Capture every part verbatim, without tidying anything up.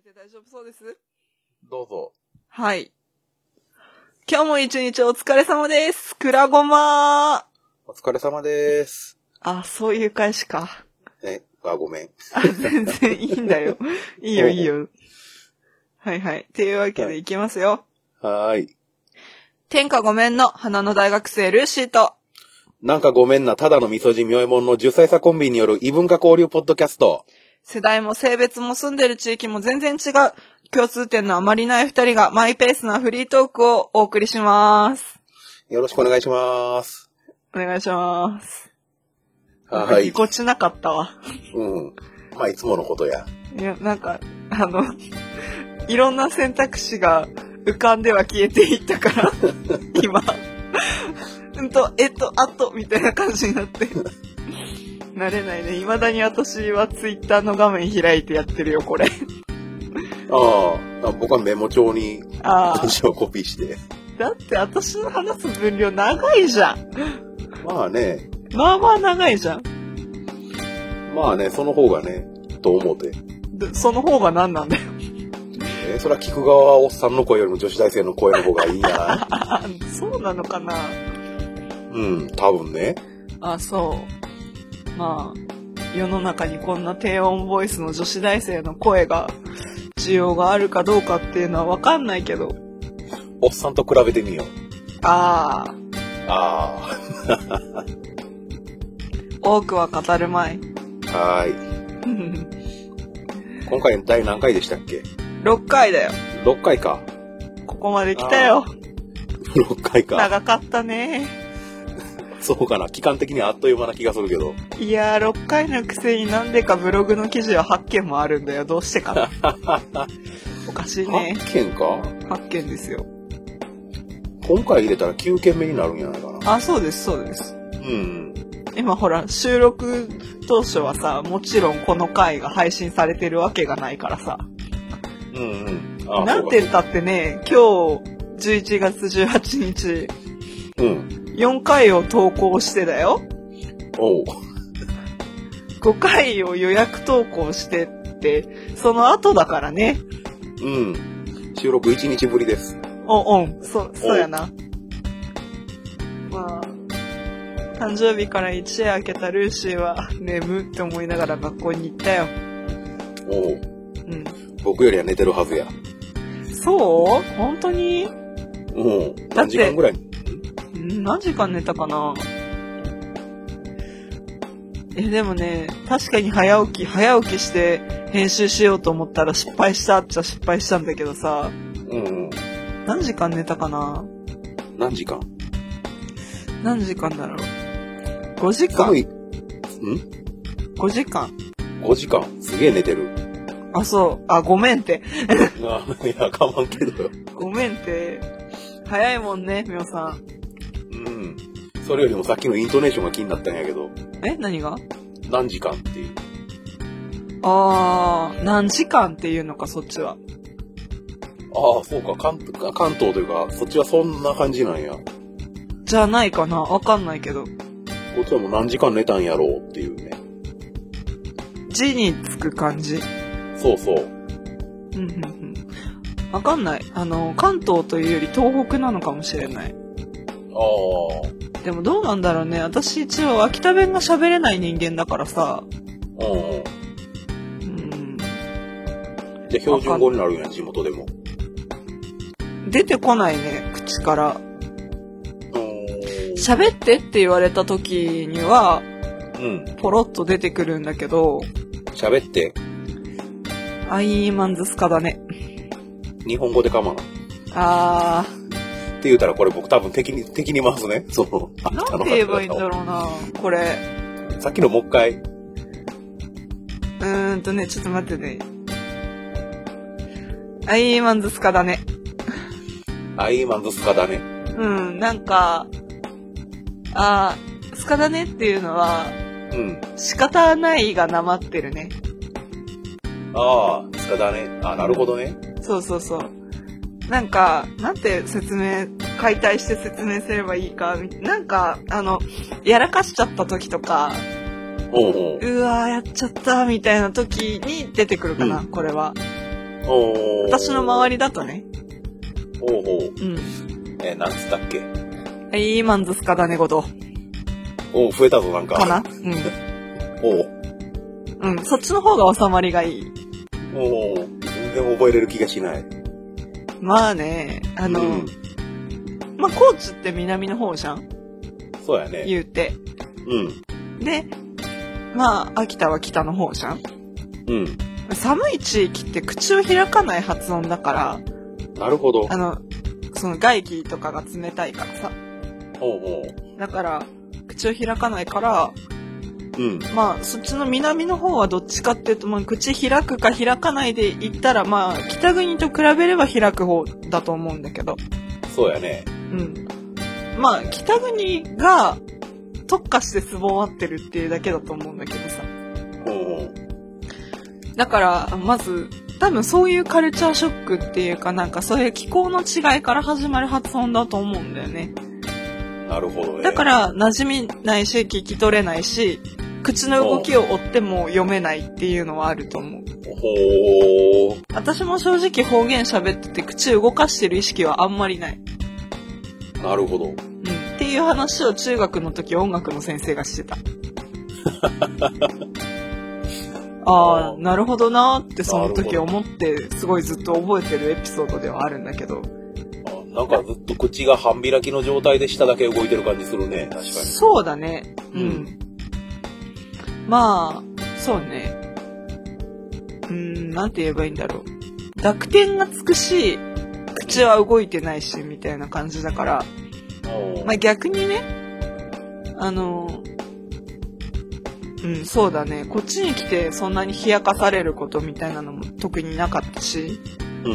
めて大丈夫そうです？ どうぞ。 はい。今日も一日お疲れ様です。くらごま。 お疲れ様です。 あ、そういう返しか。 え、あ、ごめん。 あ、全然いいんだよ。いいよ、いいよ。はいはい。っていうわけでいきますよ。 はーい。 天下ごめんの花の大学生ルーシーと。 なんかごめんな、ただのみそじみょえもんのじゅっさい差コンビによる異文化交流ポッドキャスト。 世代も性別も住んでる地域も全然違う。共通点のあまりない二人がマイペースなフリートークをお送りします。 よろしくお願いします。 お願いします。 はい。 ぎこちなかったわ。 うん。まあ、いつものことや。 いや、なんか、あの、いろんな選択肢が浮かんでは消えていったから、今、うんと、えっと、あと、みたいな感じになって。慣れないね。未だに私はツイッターの画面開いてやってるよ、これ。 ああ、僕はメモ帳に文章をコピーして。 だって私の話す分量長いじゃん。 まあね。 まあまあ長いじゃん。 まあね、その方がね、と思って。 で、その方が何なんだよ。 えー、それは聞く側はおっさんの声よりも女子大生の声の方がいいんじゃない？そうなのかな？ うん、多分ね。 あ、そう。まあ、世の中にこんな低音ボイスの女子大生の声が、需要があるかどうかっていうのはわかんないけど。 おっさんと比べてみよう。 ああ。ああ。多くは語るまい。 はーい。今回第何回でしたっけ？ ろっかいだよ。 ろっかいか。 ここまで来たよ。 ろっかいか。 長かったね。 そうかな。期間的にはあっという間な気がするけど。 いやー、ろっかいのくせになんでかブログの記事ははっけんもあるんだよ。どうしてかな。おかしいね。 はっけんか？ はっけんですよ。 今回入れたらきゅうけんめになるんじゃないかな。 あ、そうです、そうです。 うん。 今ほら、収録当初はさ、もちろんこの回が配信されてるわけがないからさ。 うんうん。あ、 なんて言ったってね、今日じゅういちがつじゅうはちにち。 うん。 よんかいを投稿してだよ。 おう。 ごかいを予約投稿してって、その後だからね。 うん。収録いちにちぶりです。 お、うん。そ、そうやな。まあ、誕生日から一夜明けたルーシーは眠って思いながら学校に行ったよ。 おう。 うん。 僕よりは寝てるはずや。 そう？本当に？ うん。何時間ぐらい？ 何時間寝たかな。え、でもね、確かに早起き、早起きして編集しようと思ったら失敗したっちゃ失敗したんだけどさ。 うんうん。 何時間寝たかな。 何時間？ 何時間だろう。ごじかん。ん ?ご 時間。 ごじかん。すげえ寝てる。 あ、そう。あ、ごめんって。 あ、いや、かまんけど。 ごめんって。早いもんね、みおさん。 うん。それよりもさっきのイントネーションが気になったんやけど。 え、何が？ 何時間っていう。 あー、何時間っていうのか、そっちは。 ああ、そうか、関、関東というか、そっちはそんな感じなんや。 じゃないかな、わかんないけど。 こっちはもう何時間寝たんやろうっていうね。 字につく感じ。 そうそう。 うんうんうん。わかんない。あの、関東というより東北なのかもしれない。 ああ。 でもどうなんだろうね。私一応秋田弁が喋れない人間だからさ。 うんうん。 うん。 で、標準語になるんや、地元でも。 出てこないね、口から。喋ってって言われた時には、うん。ポロッと出てくるんだけど。 喋って。 アイーマンズスカだね。 日本語でかまな。 あー。 って言うたらこれ僕多分敵に、敵に回すね。その、 なんて言えばいいんだろうな、これ。 さっきのもう一回。うーんとね、ちょっと待ってね。アイーマンズスカだね。 アイーマンズスカだね。 うん、なんか、あー、スカだねっていうのは、うん。仕方ないがなまってるね。 ああ、スカだね。あ、なるほどね。 そうそうそう。なんか、なんて説明、解体して説明すればいいか、なんか、あの、やらかしちゃった時とか、 おうおう、 うわーやっちゃったみたいな時に出てくるかな、うん、これは。 おー。 私の周りだとね。 おうおう。 うん。 えー、なんつったっけ。 いいマンズスカだねごと。 おう、増えたぞ、なんか。 かな。 おう。 うん。うん。そっちの方が収まりがいい。 おう。全然覚えれる気がしない。 まあね、あの、うん、まあ高知って南の方じゃん。 そうやね。 言うて。 うん。 で、まあ秋田は北の方じゃん。 うん。 寒い地域って口を開かない発音だから。 なるほど。 あの、その外気とかが冷たいからさ。 おうおう。 だから、口を開かないから、 うん。 まあ、そっちの南の方はどっちかっていうと、まあ、口開くか開かないで言ったら、まあ、北国と比べれば開く方だと思うんだけど。 そうやね。 うん。まあ、北国が特化してつぼまってるっていうだけだと思うんだけどさ。 おうおう。 だから、まず、多分そういうカルチャーショックっていうかなんかそういう気候の違いから始まる発音だと思うんだよね。 なるほどね。 だから馴染みないし聞き取れないし、口の動きを追っても読めないっていうのはあると思う。 ほー。 私も正直方言喋ってて口動かしてる意識はあんまりない。 なるほど。 うん。っていう話を中学の時音楽の先生がしてた。ああ、なるほどなーってその時思ってすごいずっと覚えてるエピソードではあるんだけど。 あ、なんかずっと口が半開きの状態で舌だけ動いてる感じするね。確かに。 そうだね。うん。うん、まあ、そうね。うーん、なんて言えばいいんだろう。濁点がつくし、口は動いてないし、みたいな感じだから。まあ逆にね、あの、うん、そうだね。こっちに来てそんなに冷やかされることみたいなのも特になかったし。 うんうん。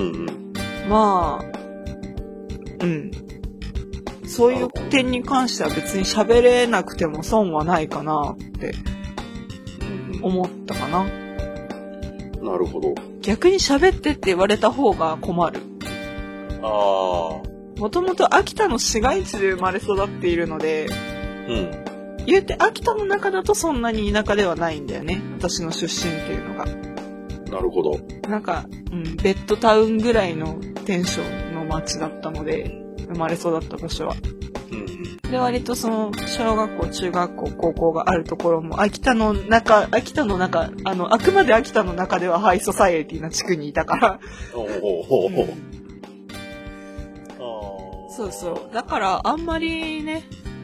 まあ、うん。そういう点に関しては別に喋れなくても損はないかなって思ったかな。 なるほど。 逆に喋ってって言われた方が困る。 ああ。 もともと秋田の市街地で生まれ育っているので、 うん。 言うて秋田の中だとそんなに田舎ではないんだよね。私の出身っていうのが。 なるほど。 なんか、うん、ベッドタウンぐらいのテンションの町だったので、生まれ育った場所は。 うん、 で、割とその、小学校、中学校、高校があるところも、秋田の中、秋田の中、あの、あくまで秋田の中ではハイソサイエティな地区にいたから。 おお、うん、 そうそう。だから、あんまりね、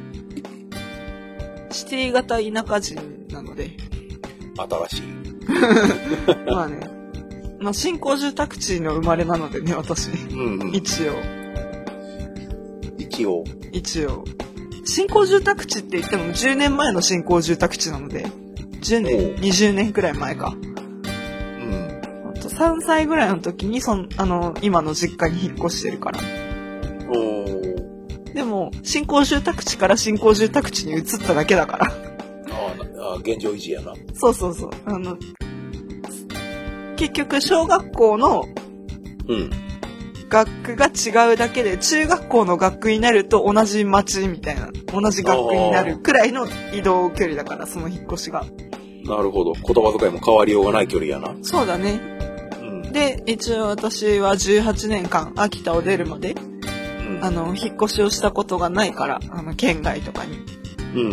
シティ型田舎人なので。 新しい。 まあね。まあ、新興住宅地の生まれなのでね、私。 うんうん、 一応。 一応。 一応。新興住宅地って言ってもじゅうねんまえの新興住宅地なので、じゅうねん、にじゅうねんくらい前か。 うん。 あとさんさいぐらいの時に、その、あの、今の実家に引っ越してるから。 おー。 でも、新興住宅地から新興住宅地に移っただけだから。 ああ、現状維持やな。 そうそうそう。あの、結局、小学校の、 うん。 学区が違うだけで、中学校の学区になると同じ町みたいな、同じ学区になるくらいの移動距離だから、その引っ越しが。 なるほど。言葉遣いも変わりようがない距離やな。 そうだね。うん、で、一応私はじゅうはちねんかん秋田を出るまで、うん、あの、引っ越しをしたことがないから、あの、県外とかに。 うんうん。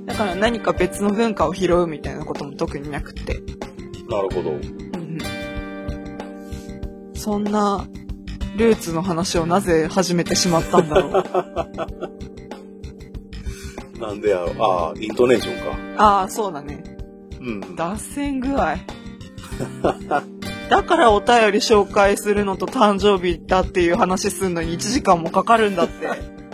だから何か別の文化を拾うみたいなことも特になくって。 なるほど。 うんうん。そんな、ルーツの話をなぜ始めてしまったんだろう。 なんでやろう。ああ、イントネーションか。 ああ、そうだね。 うん。 脱線具合。だからお便り紹介するのと誕生日だっていう話すんのにいちじかんもかかるんだって。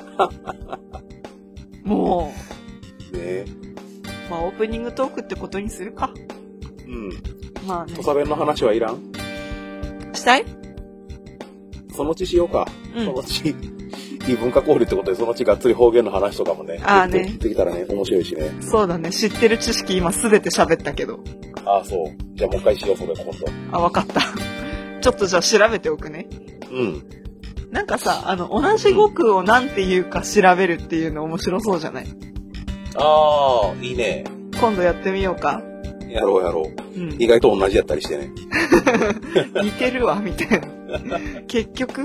もう。ねえ。 まあオープニングトークってことにするか。 うん。 まあね。 土佐弁の話はいらん？ したい？ そのうちしようか。 うん、 そのうち、異文化交流ってことで、そのうちがっつり方言の話とかもね。 ああね。 できたらね、面白いしね。 そうだね。知ってる知識今すべて喋ったけど。 ああ、そう。じゃあもう一回しよう、それ、今度。 あ、わかった。ちょっとじゃあ調べておくね。 うん。 なんかさ、あの、同じ語句をなんて言うか調べるっていうの面白そうじゃない？ ああ、いいね。 今度やってみようか。 やろうやろう、うん、意外と同じやったりしてね似てるわみたいな結局って、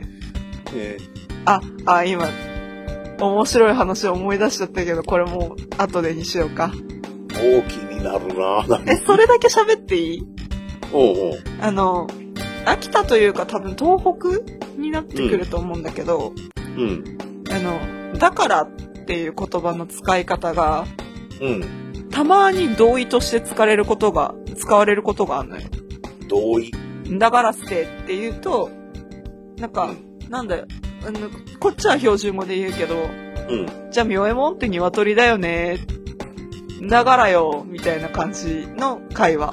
えー、 ああ今面白い話を思い出しちゃったけど、これもう後でにしようか。 大きになるな。 え、それだけ喋っていい？ おうおう。 あの秋田というか多分東北になってくると思うんだけど、 うん、 あのだからっていう言葉の使い方が、 うん、 たまに同意として使われることが使われることがあるのよ。 同意？ だからってって言うとなんか、うん、なんだよ。あのこっちは標準語で言うけど、 うん、 じゃあみおえもんって鶏だよねだからよみたいな感じの会話。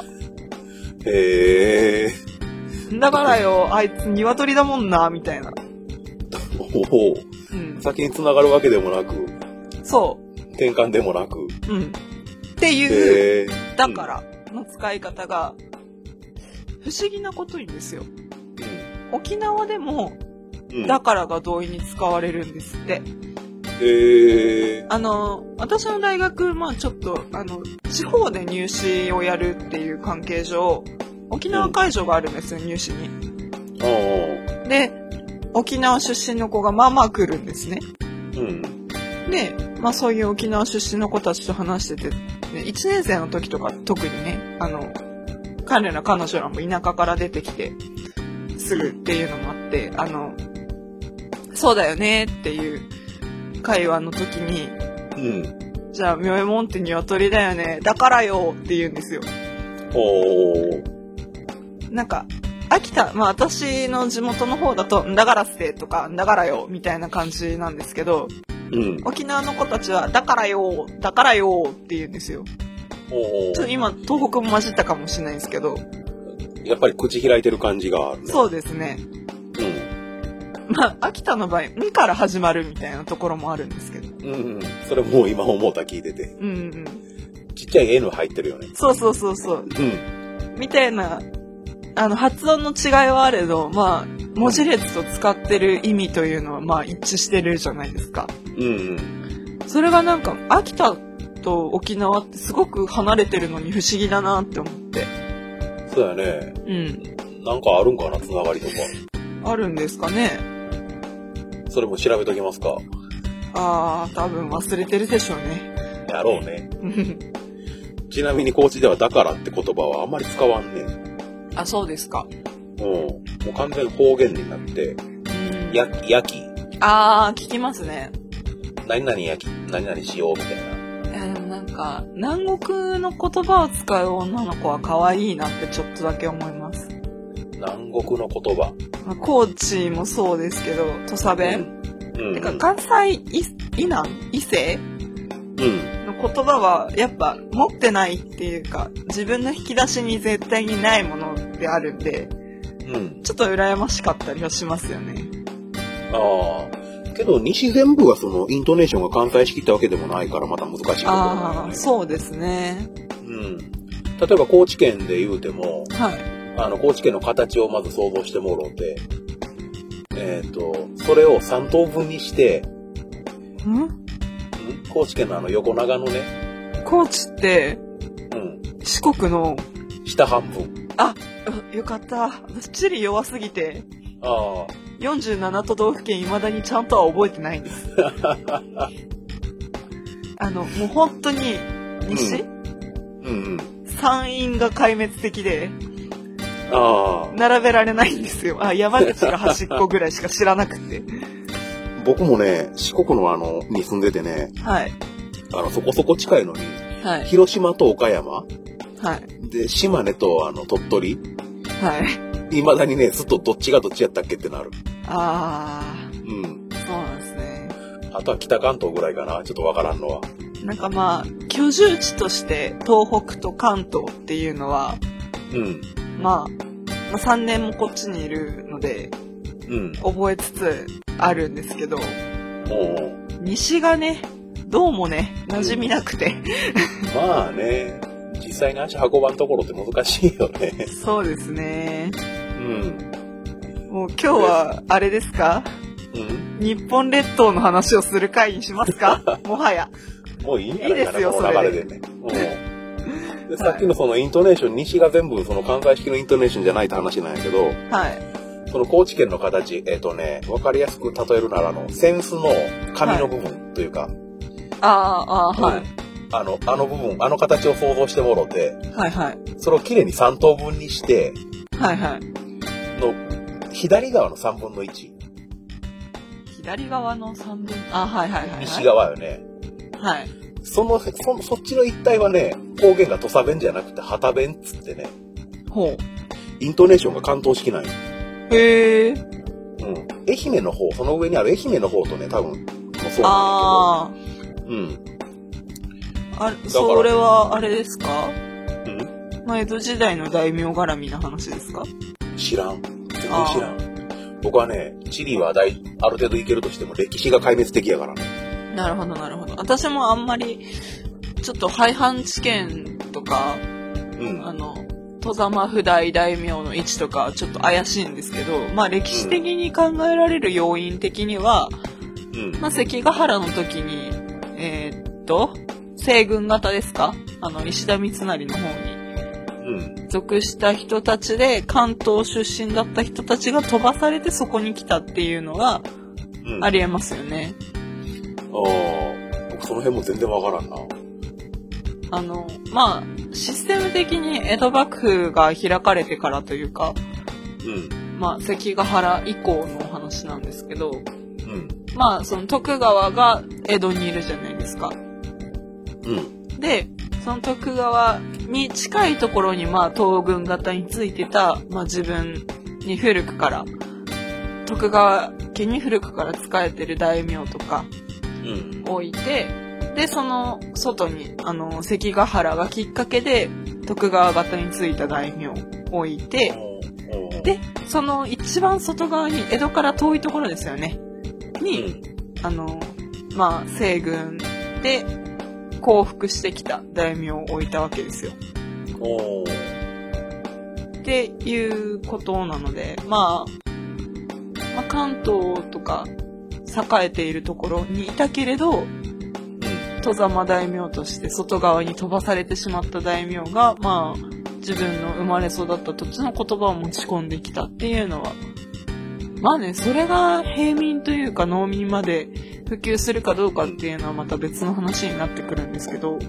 へー。だからよあいつ鶏だもんなみたいな。 おお、うん、先に繋がるわけでもなく、 そう転換でもなく、 うん、っていうだからの使い方が不思議なことにですよ、うん、沖縄でもだからが同意に使われるんですって。 へー。 あの私の大学、まあちょっとあの地方で入試をやるっていう関係上沖縄会場があるんですよ、うん、入試に。で沖縄出身の子がまあまあ来るんですね。 うん、 で、まあそういう沖縄出身の子たちと話してて、ね、いちねん生の時とか特にね、あの彼ら彼女らも田舎から出てきてすぐっていうのもあって、あのそうだよねっていう会話の時に、 うん、 じゃあみおえもんって鶏だよねだからよって言うんですよ。 おー。 なんか秋田、まあ私の地元の方だとんだからってとかんだからよみたいな感じなんですけど、 うん、 沖縄の子たちはだからよだからよって言うんですよ。 おー。 ちょっと今東北も混じったかもしれないんですけど、 やっぱり口開いてる感じがあるね。 そうですね。 うん。 まあ秋田の場合「ん」から始まるみたいなところもあるんですけど、 うんうん、それもう今思うた聞いてて、 うんうん、 ちっちゃい N 入ってるよね。 そうそうそうそう、うん、みたいなあの発音の違いはあれど、まあ文字列と使ってる意味というのはまあ一致してるじゃないですか。 うんうん。 それがなんか秋田と沖縄ってすごく離れてるのに不思議だなって思って。 そうやね。 うん。 なんかあるんかな、つながりとか。 あるんですかね。 それも調べときますか。 ああ、多分忘れてるでしょうね。 やろうね。ちなみに高知ではだからって言葉はあんまり使わんね。 あ、そうですか。 うん。もう完全に方言になって、 うん、 や、焼き。 ああ、聞きますね。 何々焼き、何々しようみたいな。 いやでもなんか、南国の言葉を使う女の子は可愛いなってちょっとだけ思います。 南国の言葉。 まあ、高知もそうですけど、土佐弁、うんうん、てか関西い以南伊勢、うん、の言葉はやっぱ持ってないっていうか、自分の引き出しに絶対にないものであるんで、うん、ちょっと羨ましかったりはしますよね。 ああ、けど西全部がそのイントネーションが関西式ってわけでもないからまた難しいところだよね。 ああ、そうですね。 うん。例えば高知県で言うても、 はい。 あの高知県の形をまず想像してもろうて、えっとそれをさん等分にして、 ん？ん？ 高知県のあの横長のね。 高知って、 うん、 四国の下半分。 あ、よかった。私地理弱すぎて。 ああ。 よんじゅうなな都道府県未だにちゃんとは覚えてないんです。あのもう本当に西、 うんうんうん、 山陰が壊滅的で。 あ並べられないんですよ。あ、山口が端っこぐらいしか知らなくて。 僕もね、四国のあのに住んでてね、 はい、 あのそこそこ近いのに、 はい、 広島と岡山、 はい、 で島根とあの鳥取、 はい、 未だにねずっとどっちがどっちやったっけってなる。 ああ、 うん、 そうなんですね。 あとは北関東ぐらいかな、ちょっとわからんのは。 なんかまあ居住地として東北と関東っていうのは、 うん。 まあ、まあ、さんねんもこっちにいるので、 うん、 覚えつつあるんですけど、 お西がねどうもね馴染みなくて、 うん、まあね実際に足運ばんところって難しいよね。 そうですね。 うん。 もう今日はあれですか、 うん、 日本列島の話をする回にしますかもはや。 もういいんじゃないかな、この流れでね。 でさっきのそのイントネーション、西が全部その関西式のイントネーションじゃないって話なんやけど、 はい。 その高知県の形、えっ、ー、とね、わかりやすく例えるなら、あの、センスの紙の部分というか、はい、 ああ、ああ、はい、うん。 あの、あの部分、あの形を想像してもろて、 はいはい。 それをきれいにさん等分にして、 はいはい。 の、左側のさんぶんのいち。 左側のさんぶん、あ、はいはいはい、はい。 西側よね。 はい。 その、そ、そっちの一帯はね、方言が土佐弁じゃなくて旗弁っつってね。 ほう。 イントネーションが関東式なんよ。 へえ。うん。 愛媛の方、その上にある愛媛の方とね、多分、もうそうなんだけど。ああ。うん。 あ、それは、あれですか？ うん？ まあ、江戸時代の大名絡みな話ですか？ 知らん。全然知らん。僕はね、地理は大、ある程度いけるとしても歴史が壊滅的やからね。 なるほど、なるほど。私もあんまり、ちょっと廃藩置県とか、うん、あの、外様不代大名の位置とかちょっと怪しいんですけど、まあ歴史的に考えられる要因的には、うん、まあ関ヶ原の時に、えー、っと、西軍型ですか？あの、石田三成の方に、属した人たちで、関東出身だった人たちが飛ばされてそこに来たっていうのが、ありえますよね。 うん、ああ、僕その辺も全然わからんな。 あの、まあ、システム的に江戸幕府が開かれてからというか、うん、まあ、関ヶ原以降のお話なんですけど、うん、まあ、その徳川が江戸にいるじゃないですか。うん、で、その徳川に近いところに、まあ、東軍型についてた、まあ、自分に古くから、徳川家に古くから仕えてる大名とか、置いて、うん、で、その外に、あの、関ヶ原がきっかけで、徳川方についた大名を置いて、で、その一番外側に、江戸から遠いところですよね。に、うん、あの、まあ、西軍で降伏してきた大名を置いたわけですよ。おー。っていうことなので、まあ、まあ、関東とか栄えているところにいたけれど、外様大名として外側に飛ばされてしまった大名が、まあ、自分の生まれ育った土地の言葉を持ち込んできたっていうのは、まあね、それが平民というか農民まで普及するかどうかっていうのはまた別の話になってくるんですけど、うん、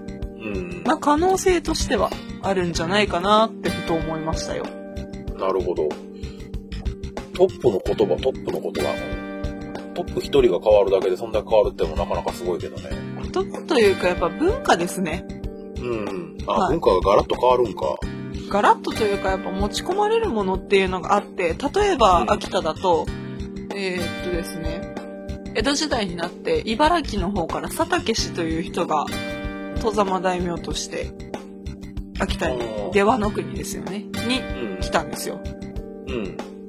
まあ可能性としてはあるんじゃないかなってふと思いましたよ。 なるほど。トップの言葉、トップの言葉。トップ一人が変わるだけでそんな変わるってのもなかなかすごいけどね。 言葉というかやっぱ文化ですね。 うん。あ、はい、文化がガラッと変わるんか。 ガラッとというかやっぱ持ち込まれるものっていうのがあって、例えば秋田だと、うん、えー、っとですね、江戸時代になって茨城の方から佐竹氏という人が外様大名として秋田に出羽の国ですよねに来たんですよ。うん、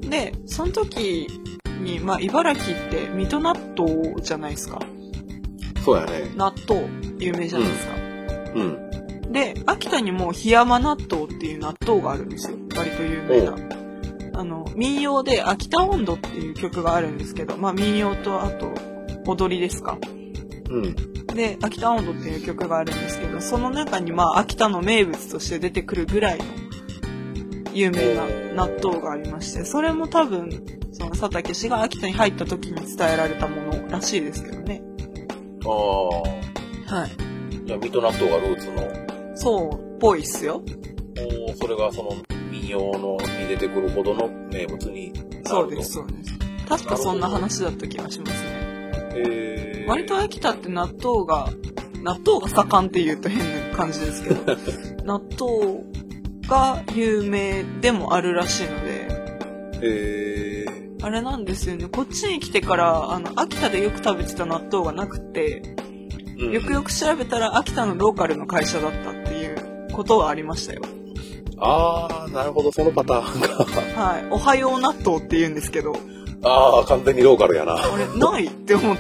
でその時にまあ茨城って水戸納豆じゃないですか。 そうやね。 納豆有名じゃないですか。うん。うんで、秋田にも檜山納豆っていう納豆があるんですよ。割と有名な。あの、民謡で秋田音頭っていう曲があるんですけど、まあ民謡とあと踊りですか。うん。で、秋田音頭っていう曲があるんですけど、その中にまあ秋田の名物として出てくるぐらいの有名な納豆がありまして、それも多分、その佐竹氏が秋田に入った時に伝えられたものらしいですけどね。 ああ。はい。じゃあ水戸納豆がルーツのそう、ぽいっすよ。 おそれがその民謡のに出てくるほどの名物になると。 そうです、そうです。確かそんな話だった気がしますね。へー。割と秋田って納豆が、納豆が盛んって言うと変な感じですけど、納豆が有名でもあるらしいので、へー。あれなんですよね。こっちに来てから、あの、秋田でよく食べてた納豆がなくて、よくよく調べたら秋田のローカルの会社だったっていうことがありましたよ。 あー、なるほど、そのパターンが。はい。おはよう納豆って言うんですけど。 あー、完全にローカルやな。 あれ、ないって思って。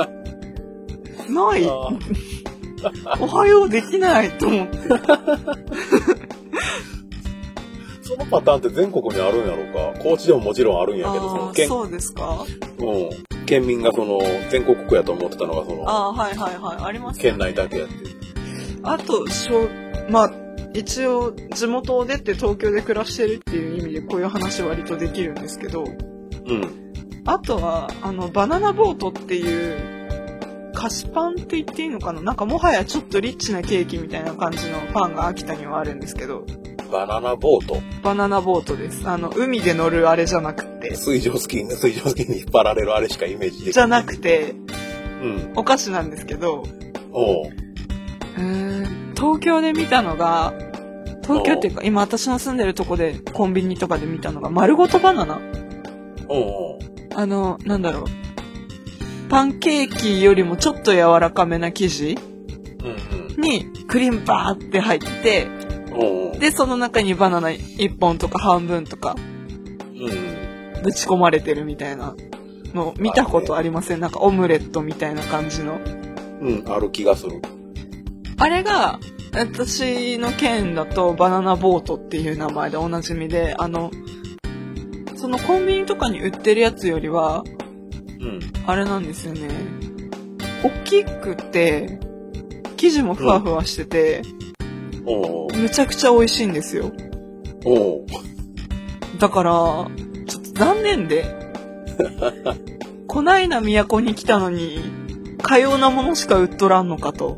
ないおはようできないと思って。 そのパターンって全国にあるんやろうか。高知でももちろんあるんやけど、 その県そうですか。 うん。県民がその全国区やと思ってたのがそのあはいはいはいあります、ね、 県内だけやって。 あとしょまあ一応地元を出て東京で暮らしてるっていう意味でこういう話割とできるんですけど、 うん。 あとはあのバナナボートっていう菓子パンって言っていいのかな、なんかもはやちょっとリッチなケーキみたいな感じのパンが秋田にはあるんですけど、 バナナボート。 バナナボートです。あの海で乗るあれじゃなくて、 水上スキー、水上スキーに引っ張られるあれしかイメージできない。 じゃなくて、 うん。 お菓子なんですけど、 おう。 うーん、東京で見たのが、東京っていうか今私の住んでるとこでコンビニとかで見たのが丸ごとバナナ。 おうおう。 あのなんだろう、パンケーキよりもちょっと柔らかめな生地うんうん。 にクリームバーって入って、 おうおう。 でその中にバナナいっぽんとか半分とかうん。 ぶち込まれてるみたいなの見たことありません？なんかオムレットみたいな感じの。 うん、ある気がする。 あれが私の県だとバナナボートっていう名前でおなじみで、あのそのコンビニとかに売ってるやつよりは、 うん、 あれなんですよね。大きくて生地もふわふわしてて、 うん、おめちゃくちゃ美味しいんですよ。 おだからちょっと残念でこないな都に来たのにかようなものしか売っとらんのかと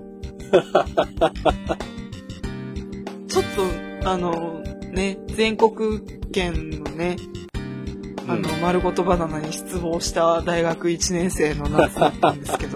ちょっとあのね、全国圏のね、あの、うん、丸ごとバナナに失望した大学いちねん生の夏だったんですけど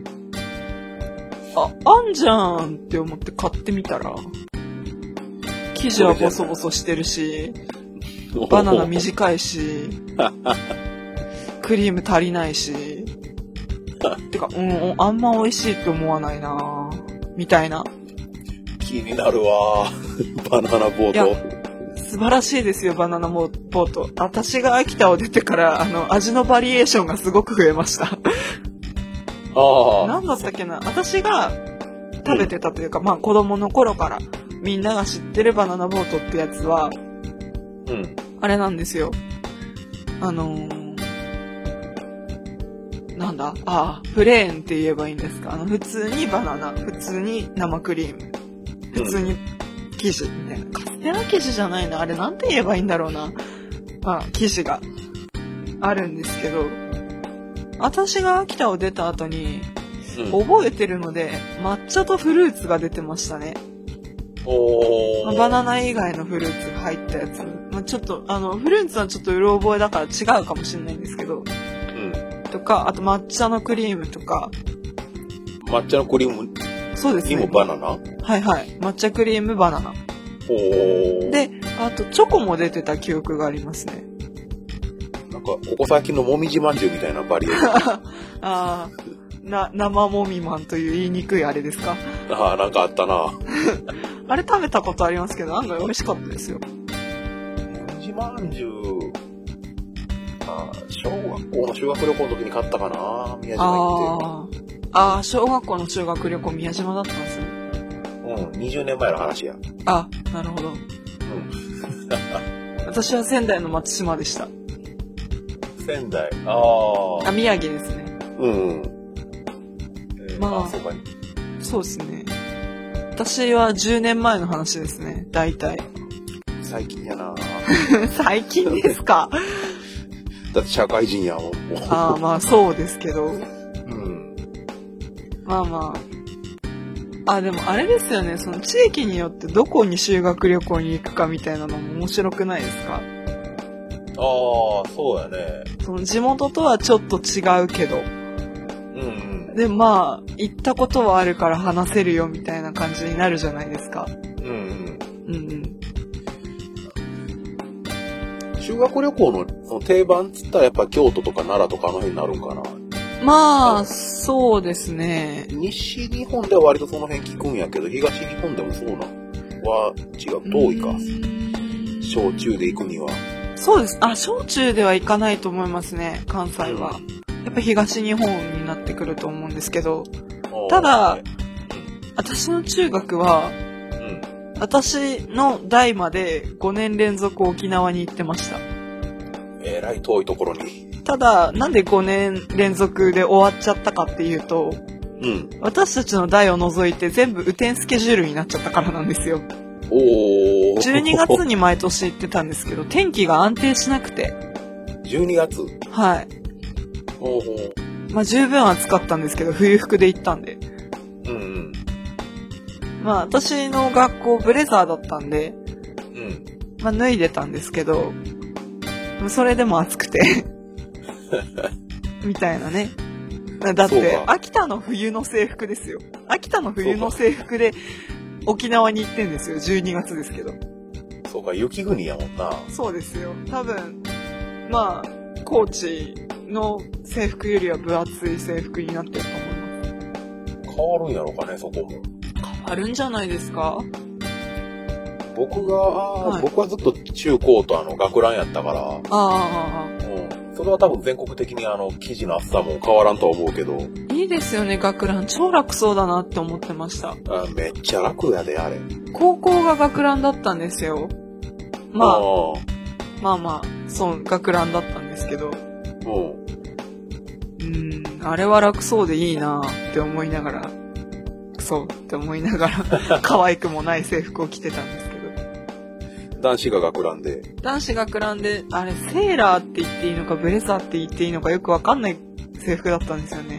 あ、あんじゃんって思って買ってみたら、生地はボソボソしてるし、バナナ短いしクリーム足りないしてか、うん、あんま美味しいって思わないなみたいな。 気になるわバナナボート。 素晴らしいですよ、バナナボート。私が秋田を出てからあの味のバリエーションがすごく増えましたあなんだったっけな、私が食べてたというか、うん、まあ子供の頃からみんなが知ってるバナナボートってやつは、うん、あれなんですよ、あのーなんだああプレーンって言えばいいんですか、あの普通にバナナ、普通に生クリーム、普通に生地みたいな、カステラ生地じゃないな、あれなんて言えばいいんだろうな、まあ生地があるんですけど、私が秋田を出た後に、うん、覚えてるので抹茶とフルーツが出てましたね。お、まあ、バナナ以外のフルーツが入ったやつ、まあ、ちょっとあのフルーツはちょっとうろ覚えだから違うかもしれないんですけど、とか、あと抹茶のクリームとか。 抹茶のクリームそうですね。 にもバナナ？ はいはい。抹茶クリームバナナ。 おで、あとチョコも出てた記憶がありますね。 なんか、ここ最近のもみじまんじゅうみたいなバリエーション。 ああ、な、生もみまんという言いにくいあれですか？ ああ、なんかあったな。 あれ食べたことありますけど、案外美味しかったですよ。 もみじまんじゅう。小学校の修学旅行の時に買ったかな、宮島行って。 ああ、小学校の修学旅行宮島だったんですね。 うん、にじゅうねんまえの話や。 あ、なるほど。うん。私は仙台の松島でした。 仙台、ああ。 あ、宮城ですね。 うん、うん。 えー、まあ、あ、そうか。そうですね。私はじゅうねんまえの話ですね、大体。 最近やな。 最近ですか。 だって社会人やもん。 ああ、まあそうですけど。うんん。 まあまあ。あ、でもあれですよね。その地域によってどこに修学旅行に行くかみたいなのも面白くないですか？ああ、そうやね。 その地元とはちょっと違うけど。うんうん。で、まあ、行ったことはあるから話せるよみたいな感じになるじゃないですか。うんうん。うんうん。 修学旅行のその定番っつったらやっぱ京都とか奈良とかあの辺になるんかな。 まあそうですね。 西日本では割とその辺聞くんやけど、東日本でもそうなんは違う、遠いか。小中で行くには。 そうです。あ、小中では行かないと思いますね、関西は。うん、やっぱ東日本になってくると思うんですけど、ただ、私の中学は、私の代までごねん連続沖縄に行ってました。 えらい遠いところに。 ただ、なんでごねん連続で終わっちゃったかっていうと、うん、私たちの代を除いて全部雨天スケジュールになっちゃったからなんですよ。 おー。 じゅうにがつに毎年行ってたんですけど、天気が安定しなくて。 じゅうにがつ？ はい。 おー。 まあ十分暑かったんですけど、冬服で行ったんで。 うんうん。 まあ私の学校ブレザーだったんで、 うん。 まあ脱いでたんですけど、それでも暑くて。みたいなね。だって、秋田の冬の制服ですよ。秋田の冬の制服で沖縄に行ってんですよ。じゅうにがつですけど。 そうか、雪国やもんな。 そうですよ。多分、まあ、高知の制服よりは分厚い制服になってると思います。 変わるんやろかね、そこも。 変わるんじゃないですか？ 僕が、はい、僕はずっと中高とあの学ランやったから。ああ。 うん。それは多分全国的にあの生地の厚さも変わらんとは思うけど。 いいですよね、学ラン。超楽そうだなって思ってました。 あ、めっちゃ楽やで、あれ。 高校が学ランだったんですよ。まあ、あまあまあ、そう、学ランだったんですけど。 うん。 うーん、あれは楽そうでいいなって思いながら、そうって思いながら、可愛くもない制服を着てたんですけど。 男子が学ランで。 男子学ランで、あれ、セーラーって言っていいのか、ブレザーって言っていいのかよくわかんない制服だったんですよね。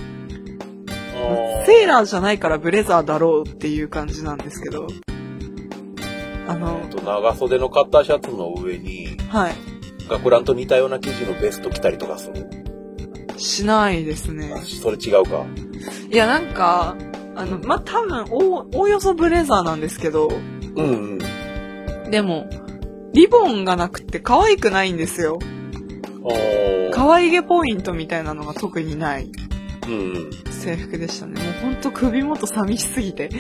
セーラーじゃないからブレザーだろうっていう感じなんですけど。あの、 えっと、長袖のカッターシャツの上に、 はい。 学ランと似たような生地のベスト着たりとかする？ しないですね。 それ違うか。 いや、なんか、あの、まあ、多分、おおよそブレザーなんですけど、 うんうん。 でも、リボンがなくて可愛くないんですよ。可愛げポイントみたいなのが特にない制服でしたね。もうほんと首元寂しすぎて。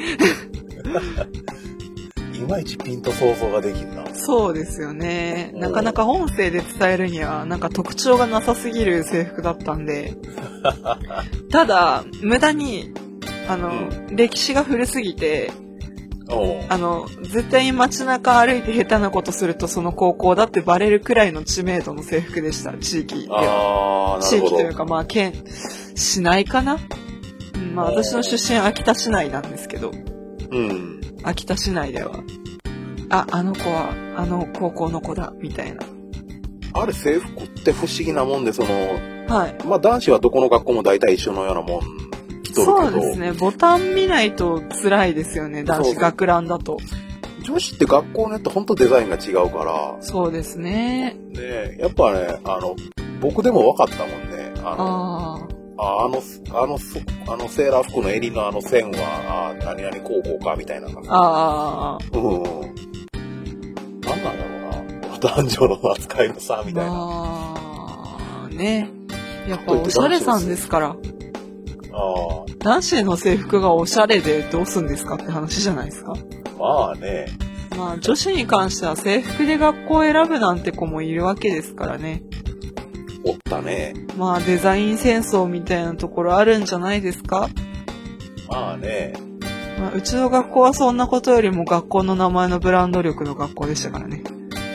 いまいちピンと想像ができんな。 そうですよね。なかなか音声で伝えるにはなんか特徴がなさすぎる制服だったんで。ただ、無駄に、あの、うん、歴史が古すぎて、あの、絶対に街中歩いて下手なことするとその高校だってバレるくらいの知名度の制服でした、地域では。地域というか、まあ、県、市内かな、うん、まあ、私の出身は秋田市内なんですけど、 うん。 秋田市内では、あ、あの子は、あの高校の子だ、みたいな。 あれ、制服って不思議なもんで、その、 はい。 まあ、男子はどこの学校も大体一緒のようなもん。 そうですね。ボタン見ないと辛いですよね。男子学ランだと。 女子って学校によって本当デザインが違うから。 そうですね。 で、やっぱね、あの、僕でも分かったもんね。あの、ああの、あの、あのセーラー服の襟のあの線は、あ何々高校か、みたいな。 ああ。 うん。なんなんだろうな。男女の扱いの差、みたいな。 ああ、ね。やっぱおしゃれさんですから。 あ男子の制服がおしゃれでどうすんですかって話じゃないですか。 まあね。 まあ女子に関しては制服で学校を選ぶなんて子もいるわけですからね。 おったね。 まあデザイン戦争みたいなところあるんじゃないですか。 まあね。 まあ、うちの学校はそんなことよりも学校の名前のブランド力の学校でしたからね。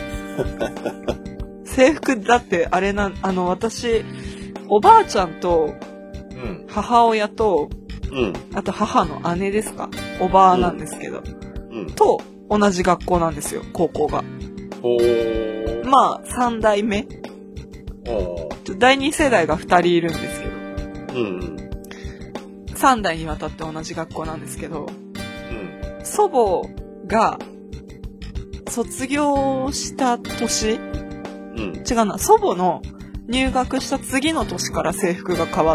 制服だってあれな、あの私、おばあちゃんと、母親と、 うん、 あと母の姉ですか、おばあなんですけど、 うんうん、 と同じ学校なんですよ、高校が。 おー。 まあ三代目。 おー。 だいに世代がふたりいるんですけど、 うん、 さん代にわたって同じ学校なんですけど、 うん、 祖母が卒業した年、 うん、 違うな、祖母の入学した次の年から制服が変わって、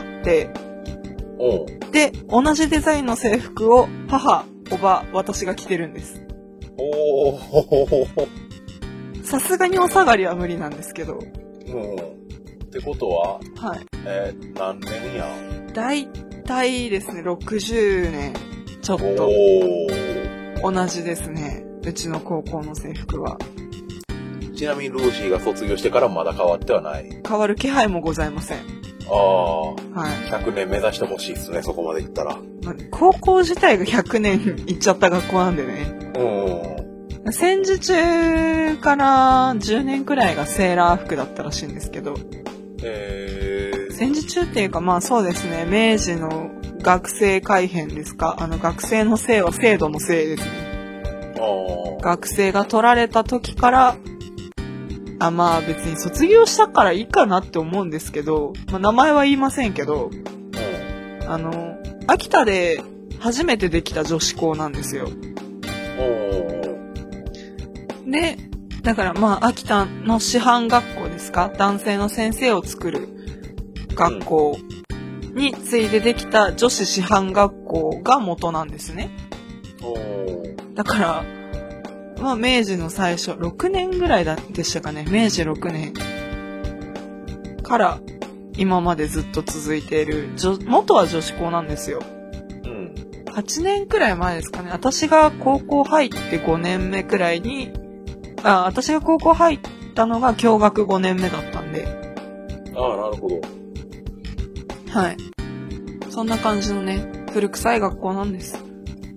おう。 で、同じデザインの制服を母、おば、私が着てるんです。 おー。 さすがにお下がりは無理なんですけど。 うん。ってことは、 はい。 えー、何年や？ だいたいですね、ろくじゅうねんちょっと。 お同じですね、うちの高校の制服は。 ちなみにルーシーが卒業してからまだ変わってはない？ 変わる気配もございません。 ああ、 はい。 ひゃくねん目指してほしいですね、そこまでいったら。 まあ、高校自体がひゃくねんいっちゃった学校なんでね。 うん。 戦時中からじゅうねんくらいがセーラー服だったらしいんですけど。 へー。 戦時中っていうか、まあそうですね、明治の学生改編ですか。あの学生の生は制度の生ですね。 ああ。 学生が取られた時から、あ、まあ別に卒業したからいいかなって思うんですけど、まあ、名前は言いませんけど、うん、あの、秋田で初めてできた女子校なんですよ。で、だからまあ秋田の師範学校ですか、男性の先生を作る学校に次いでできた女子師範学校が元なんですね。だから、まあ明治の最初、ろくねんぐらいでしたかね。明治ろくねんから今までずっと続いている、元は女子校なんですよ。うん。はちねんくらい前ですかね。私が高校入ってごねんめくらいに、あ、私が高校入ったのが共学ごねんめだったんで。 ああ、なるほど。 はい。そんな感じのね、古臭い学校なんです。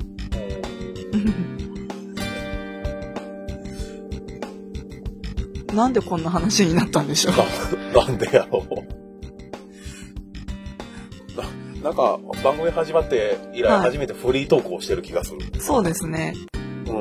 なんでこんな話になったんでしょうな。なんでやろう。な, なんか番組始まって以来初めてフリートークをしてる気がする。はい、 そうですね。 うん。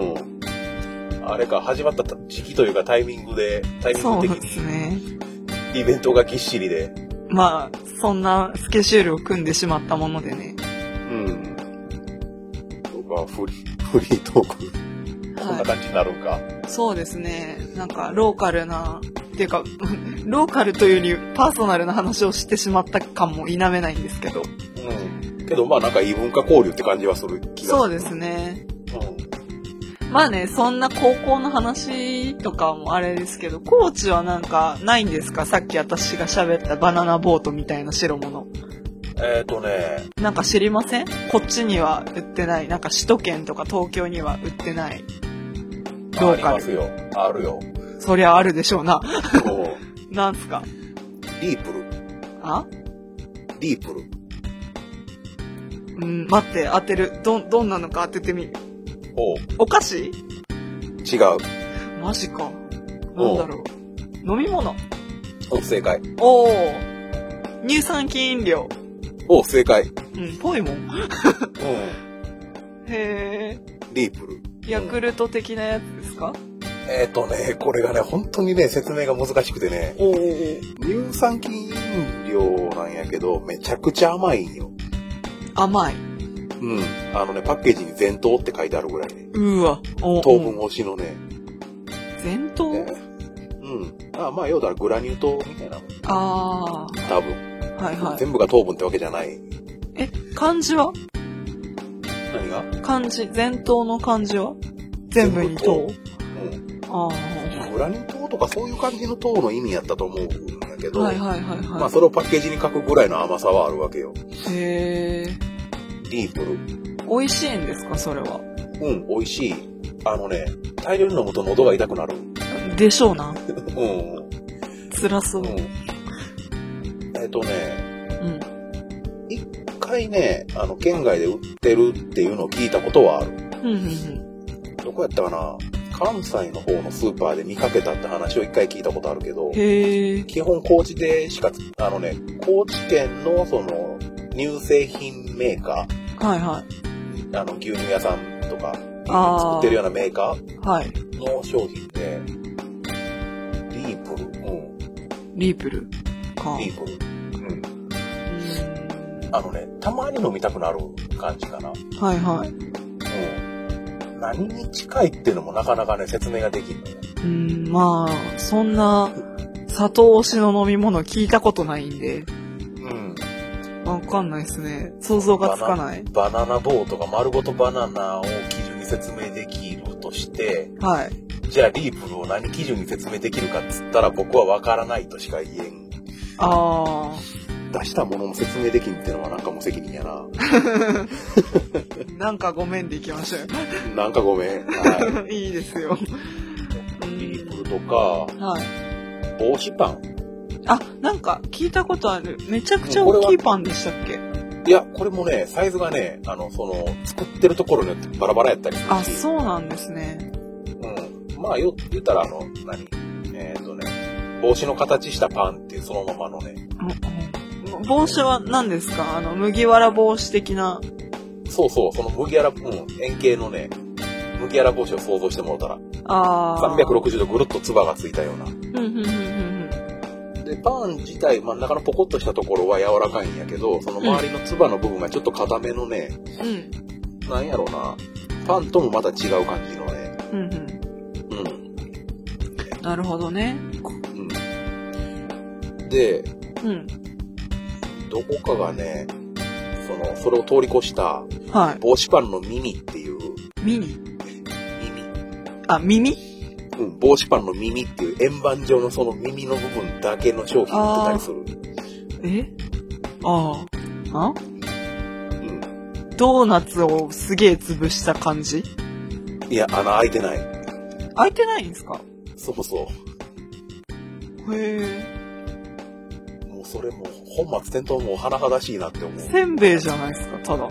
あれか、始まった時期というかタイミングで、タイミング的に。そうですね。イベントがぎっしりで。 まあ、そんなスケジュールを組んでしまったものでね。 うん。僕はフリー、フリートーク。こんな感じになるんか、はい、そうですね。なんかローカルなっていうかローカルというよりパーソナルな話をしてしまった感も否めないんですけど、 うん、けどまあなんか異文化交流って感じはする気がする。 そうですね、うん、まあね、そんな高校の話とかもあれですけど、高知はなんかないんですか？さっき私が喋ったバナナボートみたいな代物。 えっとね、 なんか知りません？こっちには売ってない、なんか首都圏とか東京には売ってないローカル。 ありますよ。あるよ。 そりゃあるでしょうな。なんすか？ リープル。 あ？ リープル。 うん、待って、当てる。ど、どんなのか当ててみる。 おう。 お菓子？違う。 マジか。なんだろう。飲み物。 お、正解。 おお。乳酸菌飲料。 お、正解。 うん、ぽいもん。うん。へー。 リープル。 ヤクルト的なやつですか？ えっとね、これがね、本当にね、説明が難しくてね。 お乳酸菌飲料なんやけど、めちゃくちゃ甘いんよ。 甘い。 うん。あのね、パッケージに全糖って書いてあるぐらいね。 うわ。 糖分推しのね。 全糖？ ね、うん。あ、まあ、要はグラニュー糖みたいな。 ああ。 多分。 はいはい。 全部が糖分ってわけじゃない。 え、漢字は？ 何が？ 漢字、全糖の漢字は？全部に糖。うん。ああ。 グラニュー糖とかそういう感じの糖の意味やったと思うんだけど。 はいはいはいはい。 まあそれをパッケージに書くぐらいの甘さはあるわけよ。 へえ。 リープル。 美味しいんですか、それは？ うん、美味しい。あのね、大量に飲むと喉が痛くなる。 でしょうな。うん。辛そう。うん、 えっとね。 うん。 一回ね、あの、県外で売ってるっていうのを聞いたことはある。 うんうんうん。 どこやったかな？関西の方のスーパーで見かけたって話を一回聞いたことあるけど、 へ基本高知でしか、あのね、高知県のその乳製品メーカー、はいはい、 あの牛乳屋さんとか作ってるようなメーカーの商品で、リープル、うん、 リープルか、 リープル、うん、あのね、たまに飲みたくなる感じかな。 はいはい。 何に近いっていうのもなかなかね、説明ができるのよ。 うん、まあ、そんな、砂糖推しの飲み物聞いたことないんで。 うん。 わかんないですね。想像がつかない。 バナ、バナナボートが丸ごとバナナを基準に説明できるとして、 はい。 じゃあリープルを何基準に説明できるかっつったら僕はわからないとしか言えん。 ああ。 出したものも説明できんっていうのはなんか無責任やな。 なんかごめんでいきましょう。 なんかごめん。はい。 いいですよ。 リープルとか、 はい。 帽子パン。 あ、なんか聞いたことある。めちゃくちゃ大きいパンでしたっけ？ いや、これもね、サイズがね、あの、その、作ってるところによってバラバラやったりするし。 あ、そうなんですね。 うん。まあ、よ、言ったらあの、何えっとね、帽子の形したパンっていうそのままのね。 うんうん、帽子は何ですか？あの、麦わら帽子的な。 そうそう、その麦わら、うん、円形のね、 麦わら帽子を想像してもらったら。 あさんびゃくろくじゅうどぐるっとつばがついたような。 うんうんうんうんで、パン自体、真ん中のポコッとしたところは柔らかいんやけど、その周りのつばの部分がちょっと硬めのね、 うん。 なんやろうな、パンともまた違う感じのね。 うんうん。 うん。 なるほどね。 うん。で、 うん。 どこかがね、その、それを通り越した、 はい。 帽子パンの耳っていう。 耳耳。 あ、耳うん、帽子パンの耳っていう円盤状のその耳の部分だけの商品売ってたりする。 えああ。あうん。 ドーナツをすげえ潰した感じ？ いや、穴開いてない。 開いてないんですか？ そうそう。 へえ。 もうそれも本末転倒も甚だしいなって思う。 せんべいじゃないですか、ただ。 うん。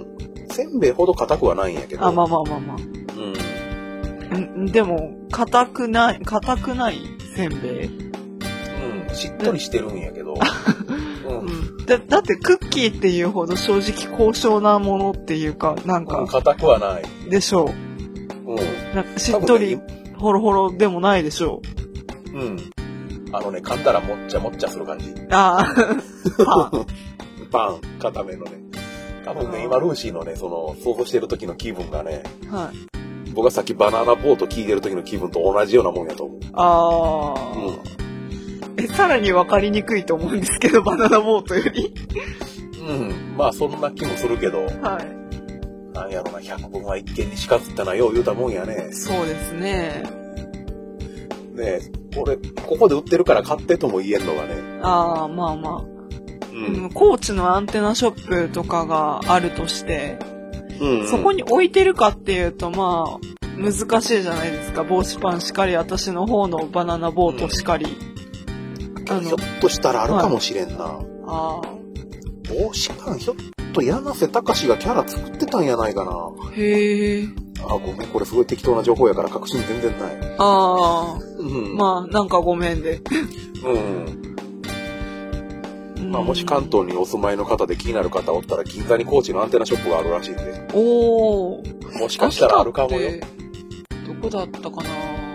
せんべいほど硬くはないんやけど。 あ、まあまあまあまあ。 うん。 んでも、硬くない、硬くないせんべい？ うん。しっとりしてるんやけど。うん。 だ、だってクッキーっていうほど正直高尚なものっていうか、なんか。 硬くはない。 でしょう。 うん。 なんかしっとり、ホロホロでもないでしょう。うん。あのね、噛んだらもっちゃもっちゃする感じ。 ああ。 パン。パン、固めのね。多分ね、今ルーシーのね、その、想像してる時の気分がね。 はい。 僕がさっきバナナボート聞いてる時の気分と同じようなもんやと思う。 ああ。うん。え、さらに分かりにくいと思うんですけど、バナナボートより。 うん。まあ、そんな気もするけど。 はい。 なんやろな、百聞は一見にしかずってのはよう言うたもんやね。 そうですね。 ねえ、これ、ここで売ってるから買ってとも言えんのがね。 ああ、まあまあ。うん。高知のアンテナショップとかがあるとして、うんうん、そこに置いてるかっていうと、まあ、難しいじゃないですか。帽子パンしかり、私の方のバナナボートしかり。 うん、ひょっとしたらあるかもしれんな。はい、 ああ。 帽子パン、ひょっと柳瀬隆がキャラ作ってたんやないかな。 へえ。 あ、ごめん、これすごい適当な情報やから確信全然ない。 ああ。 うん。 まあ、なんかごめんで。 うん。まあ、もし関東にお住まいの方で気になる方おったら、銀座に高知のアンテナショップがあるらしいんで。 おー。 もしかしたらあるかもよ。 どこだったかな。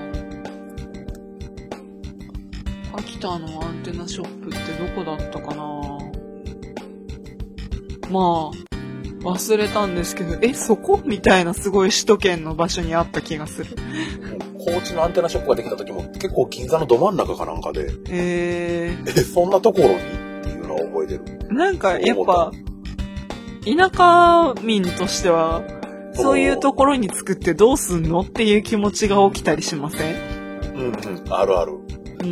秋田のアンテナショップってどこだったかな。まあ、忘れたんですけど、え、そこみたいなすごい首都圏の場所にあった気がする。 高知のアンテナショップができた時も結構銀座のど真ん中かなんかで。 へー。 え、そんなところにっていうのを覚えてる。 なんかやっぱ、田舎民としては、そういうところに作ってどうすんのっていう気持ちが起きたりしません？ うんうん、あるある。うん。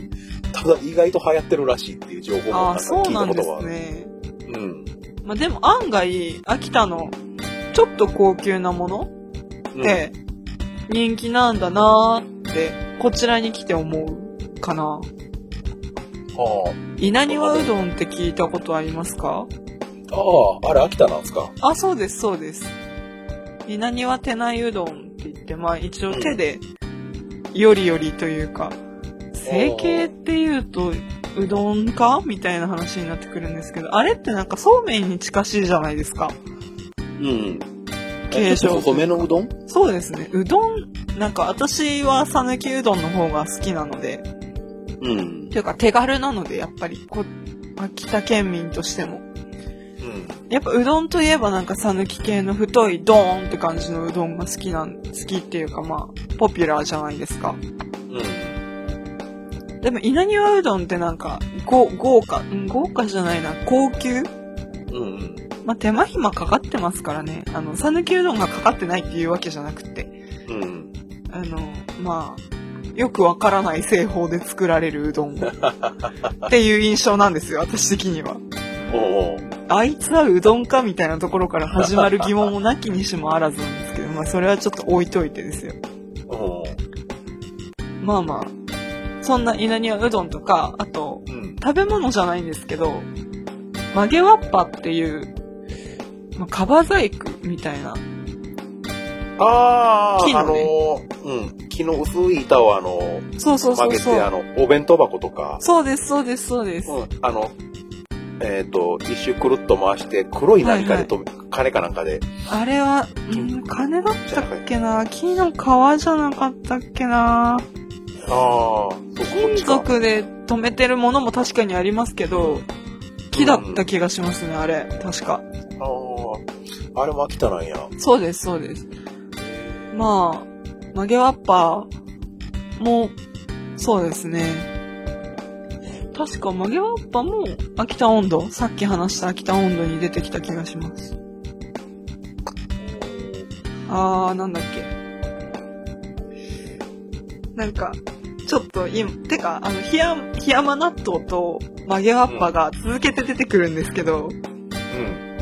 ただ意外と流行ってるらしいっていう情報もなんか聞いたことはある。あ、そうなんですね。うん。まあでも案外、秋田のちょっと高級なものって人気なんだなーって、こちらに来て思うかな。はあ。稲庭うどんって聞いたことありますか？ ああ、あれ秋田なんですか？ あ、そうです、そうです。稲庭手内うどんって言って、まあ一応手でよりよりというか、成形っていうとうどんかみたいな話になってくるんですけど、あれってなんかそうめんに近しいじゃないですか。 うん。 形状。 細めのうどん？ そうですね。うどん、なんか私は讃岐うどんの方が好きなので、うん。っていうか手軽なので、やっぱりこ秋田県民としても。やっぱうどんといえばなんか讃岐系の太いドーンって感じのうどんが好きなん、好きっていうかまあ、ポピュラーじゃないですか。うん。でも稲庭うどんってなんか、ご、豪華、うん、豪華じゃないな、高級？うんうん。まあ手間暇かかってますからね。あの、讃岐うどんがかかってないっていうわけじゃなくて。うん。あの、まあ、よくわからない製法で作られるうどんっていう印象なんですよ、私的には。おうあいつはうどんかみたいなところから始まる疑問もなきにしもあらずなんですけど、まあそれはちょっと置いといてですよ。おまあまあ、そんな稲庭うどんとか、あと、うん、食べ物じゃないんですけど、曲げわっぱっていう、まあ、カバ細工みたいな。 ああ、ね、あのー、うん、木の薄い板をあのー、 そうそうそうそう曲げて、あの、お弁当箱とか。 そうです、そうです、そうです。うん、 あの、 えっ、ー、と、一周くるっと回して、黒い何かでと、はいはい、金かなんかで。 あれは、ん金だったっけな、木の皮じゃなかったっけな。 ああ、 金属で止めてるものも確かにありますけど、木だった気がしますね、うん、あれ、確か。 ああ、あれも秋田なんや。 そうです、そうです。まあ、曲げわっぱも、そうですね。確か曲げわっぱも秋田温度、さっき話した秋田温度に出てきた気がします。あー、なんだっけ。なんか、ちょっと今、てか、あの、ひや、ひやま納豆と曲げわっぱが続けて出てくるんですけど、うん、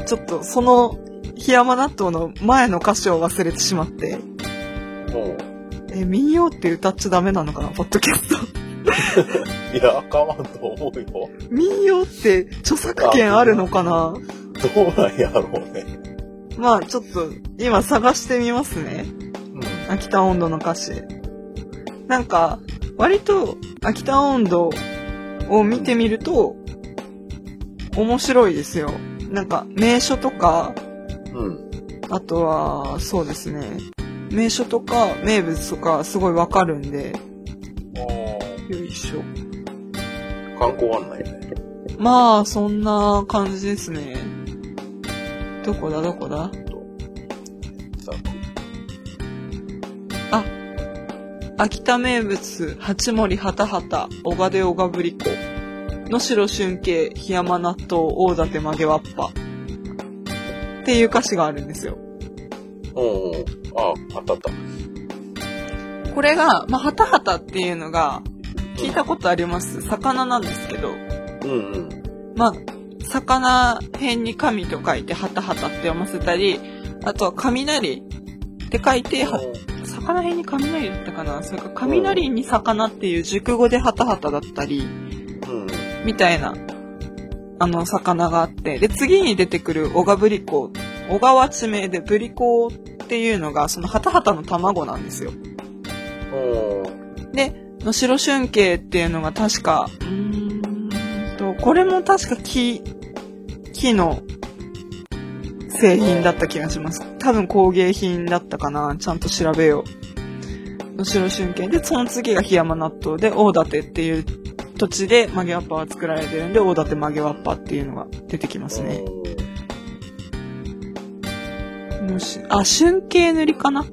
ちょっとその、ひやま納豆の前の歌詞を忘れてしまって、え、民謡って歌っちゃダメなのかな、ポッドキャスト。 いや、あかわんと思うよ。 民謡って著作権あるのかな？ どうなんやろうね。 まあちょっと今探してみますね。うん、秋田音頭の歌詞。なんか割と秋田音頭を見てみると面白いですよ。なんか名所とか、うん、あとはそうですね。名所とか名物とかすごいわかるんで。よいしょ。 観光案内ね。 まあそんな感じですね。どこだどこだ。あ、秋田名物八森はたはたおがでおがぶりこ能代春慶檜山納豆大館曲げわっぱっていう歌詞があるんですよ。 おお、あ、あったあった。 これがまあはたはたっていうのが聞いたことあります。魚なんですけど。うんうん。まあ、魚辺に神と書いて、はたはたって読ませたり、あとは雷って書いて、は魚辺に雷だったかな。それから雷に魚っていう熟語ではたはただったり、うん、みたいな、あの、魚があって、で、次に出てくる小川ぶりこ、小川地名でぶりこっていうのが、そのはたはたの卵なんですよ。で、能代春慶っていうのが確か、うーんと、これも確か木、木の製品だった気がします。多分工芸品だったかな。ちゃんと調べよう。能代春慶で、その次が檜山納豆で、大館っていう土地で曲げわっぱが作られてるんで、大館曲げわっぱっていうのが出てきますね。あ、春慶塗りかな？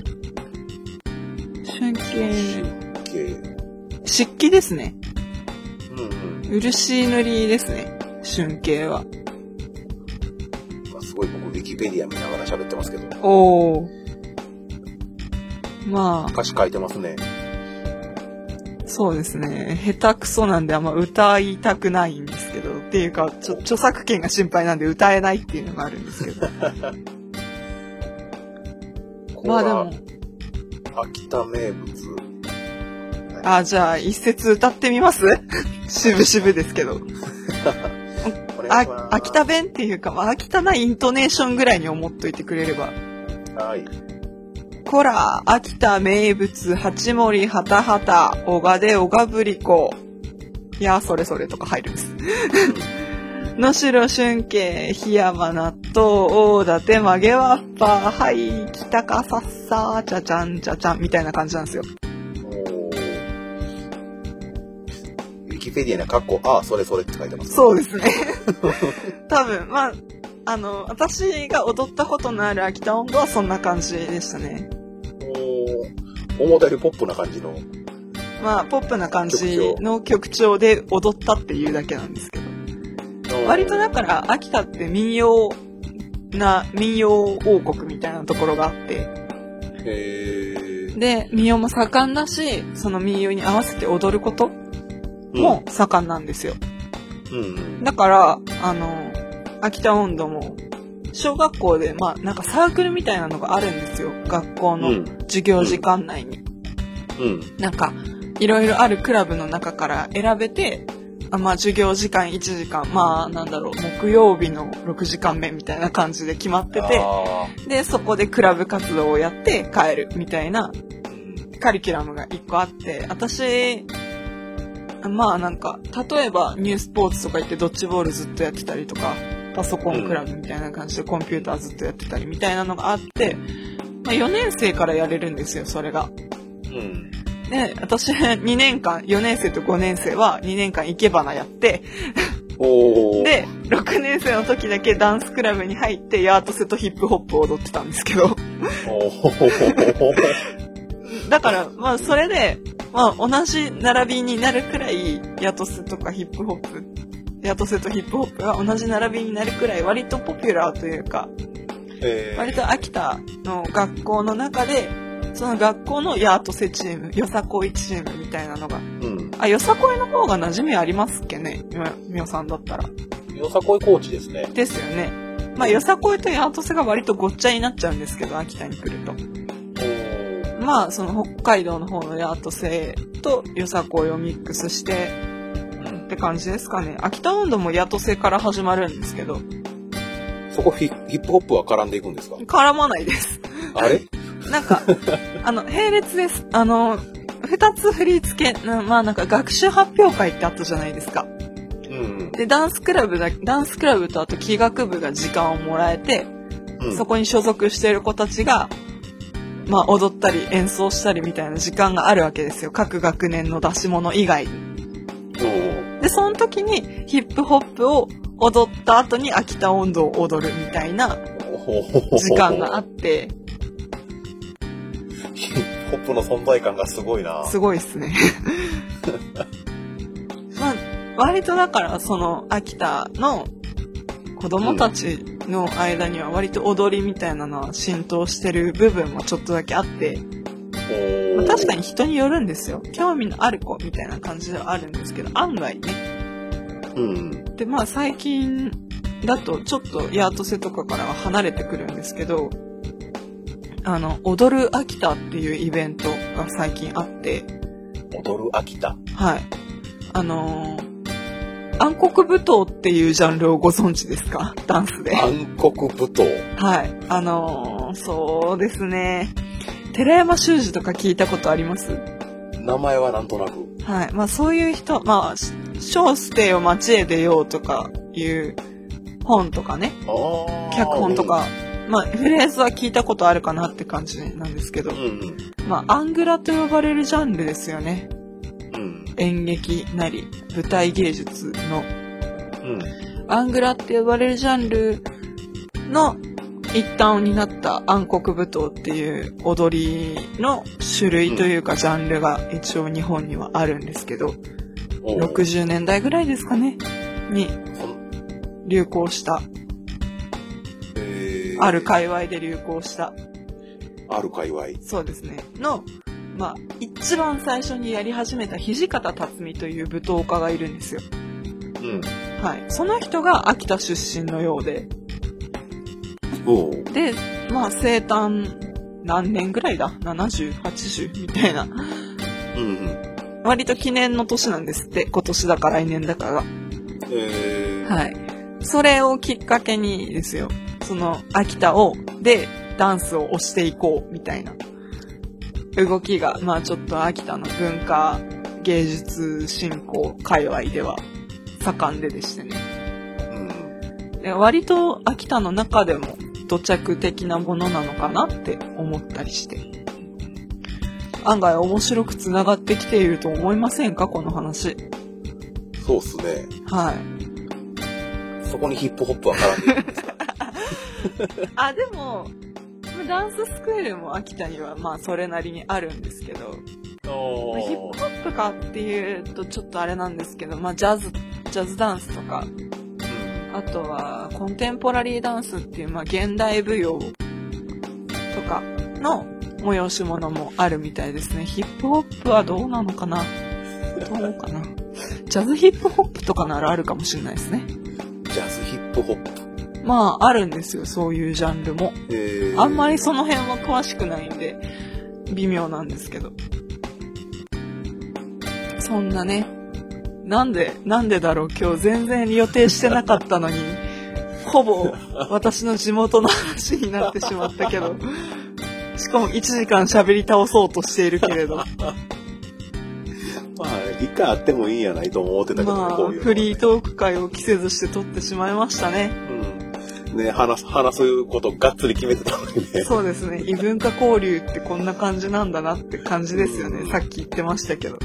春慶漆器ですね。うんうん。漆塗りですね。春慶は。 まあ、すごい僕ウィキペディア見ながら喋ってますけど。 おお。まあ。 歌詞書いてますね。 そうですね。下手くそなんであんま歌いたくないんですけど、っていうかちょ著作権が心配なんで歌えないっていうのがあるんですけど。まあでも。 秋田名物。 あ、じゃあ一節歌ってみます渋々ですけど。あ、秋田弁っていうか、まあ、秋田なイントネーションぐらいに思っといてくれれば。 はい。 こら、秋田名物、八森はたはた、おがでおがぶりこ。いや、それそれとか入るんです。能代春慶、檜山納豆、大館曲げわっぱ、はい、北かさっさ、ちゃちゃんちゃちゃん、みたいな感じなんですよ。 ウィキペディアにはカッコ、ああ、それそれって書いてます、ね。 そうですね。多分、まあ、あの、私が踊ったことのある秋田音頭はそんな感じでしたね。 おー、思ったよりポップな感じの。 まあ、ポップな感じの曲調で踊ったっていうだけなんですけど。割とだから秋田って民謡な民謡王国みたいなところがあって、へー、で民謡も盛んだし、その民謡に合わせて踊ることも盛んなんですよ、うんうん、だからあの秋田音頭も小学校でまあなんかサークルみたいなのがあるんですよ、学校の授業時間内に、うんうん、なんかいろいろあるクラブの中から選べて、あ、まあ授業時間いちじかん、まあなんだろう、木曜日のろくじかんめみたいな感じで決まってて、でそこでクラブ活動をやって帰るみたいなカリキュラムがいっこあって、私まあなんか、例えばニュースポーツとか言ってドッジボールずっとやってたりとか、パソコンクラブみたいな感じでコンピューターずっとやってたりみたいなのがあって、まあ、よねん生からやれるんですよ、それが。 うん。 で、私にねんかん、よねん生とごねん生はにねんかん生け花やって、 おで、ろくねん生の時だけダンスクラブに入ってヤートセとヒップホップを踊ってたんですけど。だから、まあそれで、まあ同じ並びになるくらい、ヤートセとかヒップホップ、ヤートセとヒップホップが同じ並びになるくらい割とポピュラーというか、えー、割と秋田の学校の中で、その学校のヤートセチーム、よさこいチームみたいなのが、うん、あ、よさこいの方が馴染みありますっけね、みおさんだったら。 よさこいコーチですね。 ですよね。まあよさこいとヤートセが割とごっちゃになっちゃうんですけど、秋田に来ると。まあその北海道の方のヤートセとよさこいをミックスして、うん、って感じですかね。秋田温度もヤートセから始まるんですけど。 そこヒップホップは絡んでいくんですか？ 絡まないです。 あれ？ なんか、あの、並列です。あの、二つ振り付け、まあなんか学習発表会ってあったじゃないですか。うんうん、で、ダンスクラブだ、ダンスクラブとあと器楽部が時間をもらえて、うん、そこに所属している子たちが、まあ踊ったり演奏したりみたいな時間があるわけですよ。各学年の出し物以外に。で、その時にヒップホップを踊った後に秋田音頭を踊るみたいな時間があって、 ヒップホップの存在感がすごいな。 すごいっすね。まあ、割とだからその秋田の子供たちの間には割と踊りみたいなのは浸透してる部分もちょっとだけあって、まあ、確かに人によるんですよ。興味のある子みたいな感じではあるんですけど、案外ね。うん、で、まあ最近だとちょっとヤートセとかからは離れてくるんですけど、あの、踊る秋田っていうイベントが最近あって。 踊る秋田？ はい。あのー、暗黒舞踏っていうジャンルをご存知ですか？ダンスで。 暗黒舞踏？ はい。あのー、そうですね。寺山修司とか聞いたことあります？ 名前はなんとなく。 はい。まあそういう人、まあ、小捨てよ町へ出ようとかいう本とかね。脚本とか。まあ、フレーズは聞いたことあるかなって感じなんですけど、うんうん、まあ、アングラと呼ばれるジャンルですよね。うん、演劇なり、舞台芸術の、うん。アングラって呼ばれるジャンルの一端を担った暗黒舞踏っていう踊りの種類というかジャンルが一応日本にはあるんですけど、うん、ろくじゅうねんだいぐらいですかね、に流行した。ある界隈で流行した。 ある界隈。 そうですね。の、まあ、一番最初にやり始めた土方辰巳という舞踏家がいるんですよ。うん。はい。その人が秋田出身のようで。おう。で、まあ、生誕何年ぐらいだ ?ななじゅう、はちじゅうみたいな。うんうん。割と記念の年なんですって。今年だか来年だかが。へー。はい。それをきっかけにですよ。その秋田をでダンスを推していこうみたいな動きがまあちょっと秋田の文化芸術振興界隈では盛んででしてね、うん、で割と秋田の中でも土着的なものなのかなって思ったりして案外面白くつながってきていると思いませんかこの話。 そうっすね。 はい。 そこにヒップホップは絡んでるんですか？ あ、でもダンススクールも秋田にはまあそれなりにあるんですけど、ヒップホップかっていうとちょっとあれなんですけど、まあジャズジャズダンスとか、うん、あとはコンテンポラリーダンスっていうまあ現代舞踊とかの催し物もあるみたいですね。ヒップホップはどうなのかな？どうかな？ジャズヒップホップとかならあるかもしれないですね。 ジャズヒップホップ。 まああるんですよ、そういうジャンルも。あんまりその辺は詳しくないんで微妙なんですけど、そんなね、なんでなんでだろう、今日全然予定してなかったのにほぼ私の地元の話になってしまったけど、しかもいちじかん喋り倒そうとしているけれどまあ一回あってもいいんやないと思ってたけどね、 まあ、 こういう、ね。 フリートーク会を期せずして撮ってしまいましたね。 うん。ね、話す、話すことがっつり決めてたのにね。 そうですね。異文化交流ってこんな感じなんだなって感じですよね。 うん、 さっき言ってましたけど。 うん。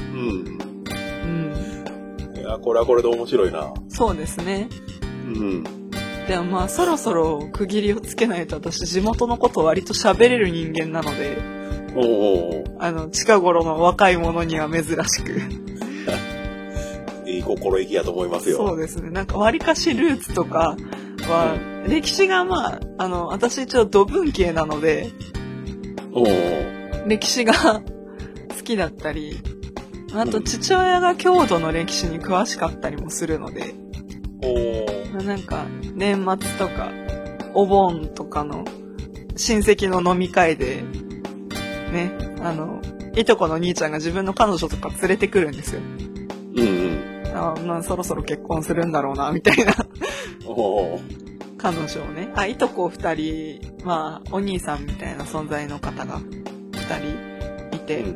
うん。 いや、これはこれで面白いな。 そうですね。 うん。 でもまあ、そろそろ区切りをつけないと私、地元のこと割と喋れる人間なので、 おお。 あの、近頃の若い者には珍しく。 いい心意気やと思いますよ。 そうですね。なんか割かしルーツとかは、うん、歴史がまあ、あの、私一応土文系なので、 お歴史が好きだったり、あと父親が郷土の歴史に詳しかったりもするので、 おなんか年末とかお盆とかの親戚の飲み会で、ね、あの、いとこの兄ちゃんが自分の彼女とか連れてくるんですよ。 うんうん。 あ、まあ、そろそろ結婚するんだろうな、みたいな。 お彼女をね。あ、いとこ二人、まあ、お兄さんみたいな存在の方が二人いて、うん、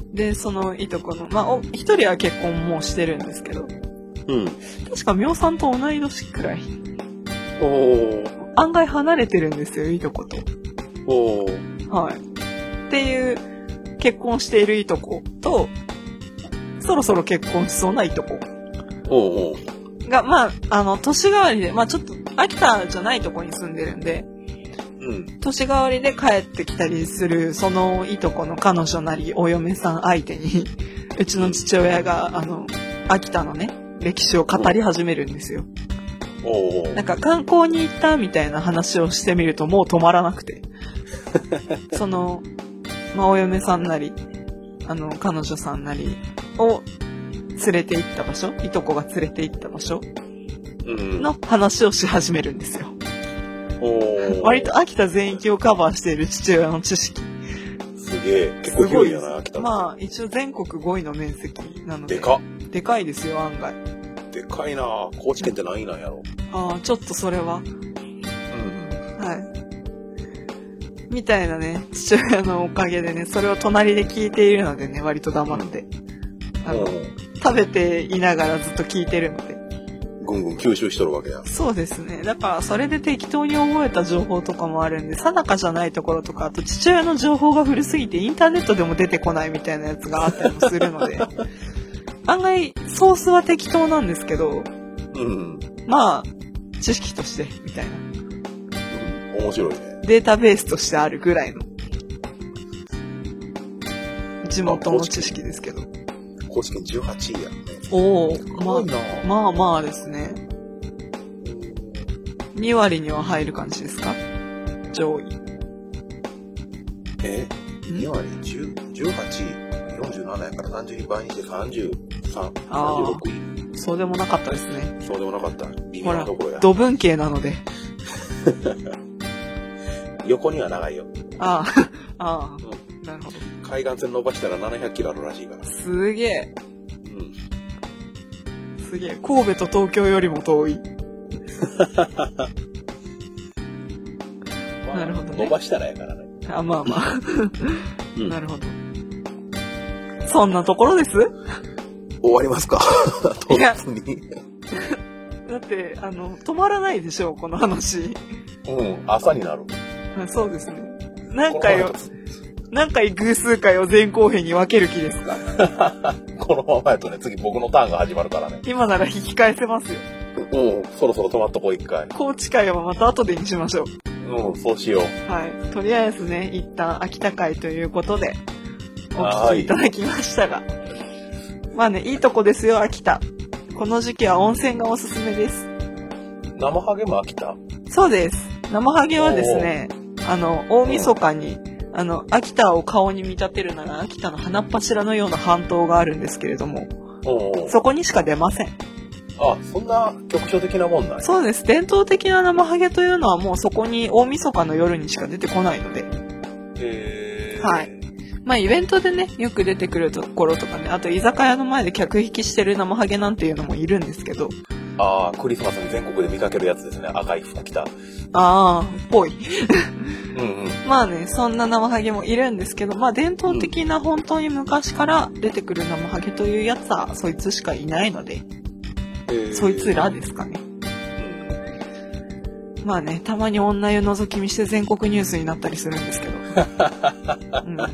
で、そのいとこの、まあ、一人は結婚もうしてるんですけど、 うん。 確かみょさんと同い年くらい。 お案外離れてるんですよ、いとこと。 おはい。っていう結婚しているいとことそろそろ結婚しそうないとこおうがまああの年替わりでまあちょっと秋田じゃないとこに住んでるんで、 うん、 年替わりで帰ってきたりするそのいとこの彼女なりお嫁さん相手にうちの父親があの秋田のね歴史を語り始めるんですよ。 おうなんか観光に行ったみたいな話をしてみるともう止まらなくてそのまあ、お嫁さんなりあの彼女さんなりを連れて行った場所いとこが連れて行った場所の話をし始めるんですよ、 うん、 割と秋田全域をカバーしている父親の知識すげえ結構広いやな秋田まあ一応全国ごいの面積なのででかでかいですよ案外でかいな高知県って何位なんやろああちょっとそれはうんはいみたいなね、父親のおかげでね、それを隣で聞いているのでね、割と黙って。あの、食べていながらずっと聞いてるので。 ぐんぐん吸収しとるわけや。 そうですね。だからそれで適当に覚えた情報とかもあるんで、定かじゃないところとか、あと父親の情報が古すぎてインターネットでも出てこないみたいなやつがあったりもするので、案外ソースは適当なんですけど、 うん、 まあ、知識として、みたいな。 うん、面白いね。 データベースとしてあるぐらいの地元の知識ですけど。 高知県じゅうはちいやね。 おお、まあまあまあですね。に割には入る感じですか？上位。 え？に割じゅう、じゅうはちい、よんじゅうななやから単純に倍にしてさんじゅうさん、さんじゅうろくい。 そうでもなかったですね。 そうでもなかった。微妙なところや。 土文系なので。 横には長いよ。 ああ、ああ、うん、なるほど。 海岸線伸ばしたらななひゃくキロあるらしいから。 すげえ。 うん。 すげえ。神戸と東京よりも遠い。まあ、なるほどね。 伸ばしたらやからね。 あ、まあまあ。うん、なるほど。そんなところです？ 終わりますか？ いや。だって、あの、止まらないでしょ、この話。 うん、朝になる。 そうですね。何回を、何回偶数回を前後編に分ける気ですか？ このままやとね、次僕のターンが始まるからね。 今なら引き返せますよ。 うん、そろそろ止まっとこう一回。 高知会はまた後でにしましょう。うん、そうしよう。はい。とりあえずね、一旦秋田会ということで、お聞きいただきましたが。まあね、いいとこですよ、秋田。この時期は温泉がおすすめです。 生ハゲも秋田？ そうです。生ハゲはですね、あの、大晦日に、あの、秋田を顔に見立てるなら、秋田の花っ柱のような半島があるんですけれども、そこにしか出ません。 あ、そんな局所的なもんなんや。 そうです。伝統的な生ハゲというのはもうそこに大晦日の夜にしか出てこないので。 へー。 はい。まあイベントでね、よく出てくるところとかね、あと居酒屋の前で客引きしてる生ハゲなんていうのもいるんですけど、 ああ、クリスマスに全国で見かけるやつですね。赤い服着た。 ああ、ぽい。 うんうん。 まあね、そんな生ハゲもいるんですけど、まあ伝統的な本当に昔から出てくる生ハゲというやつはそいつしかいないので、えー、そいつらですかね。うん、まあね、たまに女湯覗き見して全国ニュースになったりするんですけど。うん、うん、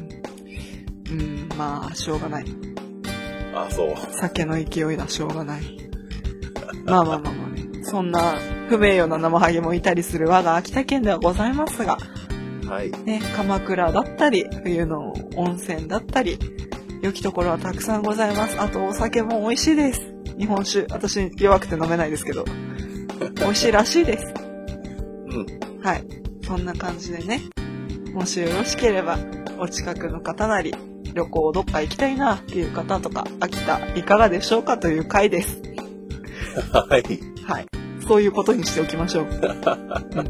まあ、しょうがない。 あ、そう。 酒の勢いだ、しょうがない。まあまあまあまあね。そんな不名誉な生ハゲもいたりする我が秋田県ではございますが、 はい。 ね、鎌倉だったり、冬の温泉だったり、良きところはたくさんございます。あとお酒も美味しいです。日本酒。私弱くて飲めないですけど、美味しいらしいです。うん。はい。そんな感じでね、もしよろしければ、お近くの方なり、旅行どっか行きたいなっていう方とか、秋田いかがでしょうかという回です。 はい。 はい。そういうことにしておきましょう。うん、はい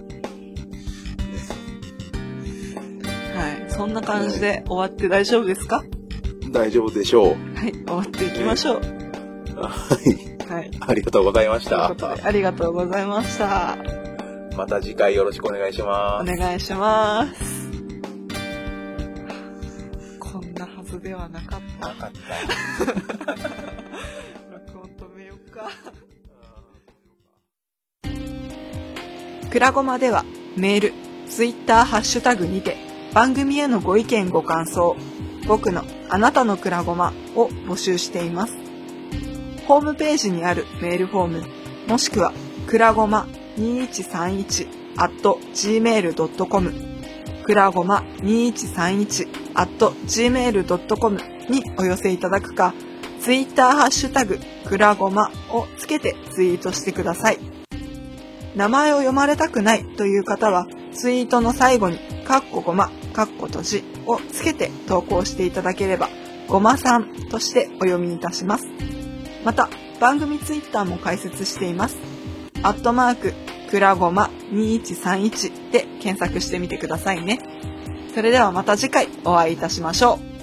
。そんな感じで終わって大丈夫ですか？ 大丈夫でしょう。 はい。終わっていきましょう。 はい。はい。ありがとうございました。 ということで、ありがとうございました。 また次回よろしくお願いします。 お願いします。こんなはずではなかった。 なかった。 録音止めようか。くらごまではメール、ツイッター、ハッシュタグにて番組へのご意見ご感想、僕のあなたのくらごまを募集しています。ホームページにあるメールフォーム、もしくはくらごまにいちさんいち アット ジーメール ドットコム くらごまにいちさんいち アット ジーメール ドットコム にお寄せいただくか、ツイッターハッシュタグくらごまをつけてツイートしてください。名前を読まれたくないという方は、ツイートの最後にかっこごま、かっこ閉じをつけて投稿していただければ、ごまさんとしてお読みいたします。また、番組ツイッターも開設しています。アットマーク、くらごまにいちさんいちで検索してみてくださいね。それではまた次回お会いいたしましょう。